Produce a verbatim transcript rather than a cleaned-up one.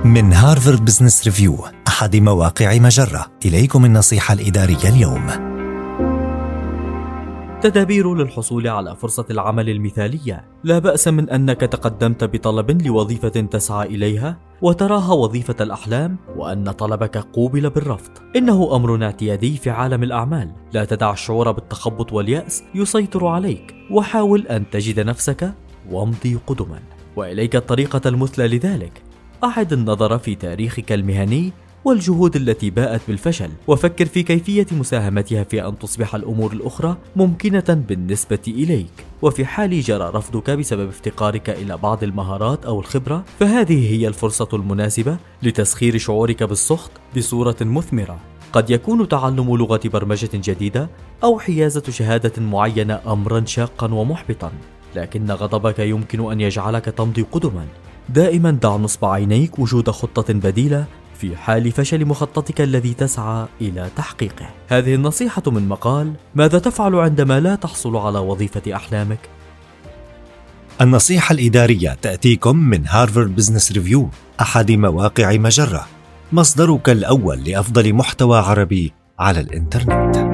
من هارفارد بزنس ريفيو أحد مواقع مجرة، إليكم النصيحة الإدارية اليوم. تدابير للحصول على فرصة العمل المثالية. لا بأس من أنك تقدمت بطلب لوظيفة تسعى إليها وتراها وظيفة الأحلام، وأن طلبك قوبل بالرفض. إنه أمر اعتيادي في عالم الأعمال. لا تدع الشعور بالتخبط واليأس يسيطر عليك، وحاول أن تجد نفسك وامضي قدما. وإليك الطريقة المثلى لذلك. أعد النظر في تاريخك المهني والجهود التي باءت بالفشل، وفكر في كيفية مساهمتها في أن تصبح الأمور الأخرى ممكنة بالنسبة إليك. وفي حال جرى رفضك بسبب افتقارك إلى بعض المهارات أو الخبرة، فهذه هي الفرصة المناسبة لتسخير شعورك بالسخط بصورة مثمرة. قد يكون تعلم لغة برمجة جديدة أو حيازة شهادة معينة أمرا شاقا ومحبطا، لكن غضبك يمكن أن يجعلك تمضي قدما. دائما ضع نصب عينيك وجود خطة بديلة في حال فشل مخططك الذي تسعى إلى تحقيقه. هذه النصيحة من مقال ماذا تفعل عندما لا تحصل على وظيفة أحلامك؟ النصيحة الإدارية تأتيكم من هارفارد بزنس ريفيو أحد مواقع مجرة، مصدرك الأول لأفضل محتوى عربي على الإنترنت.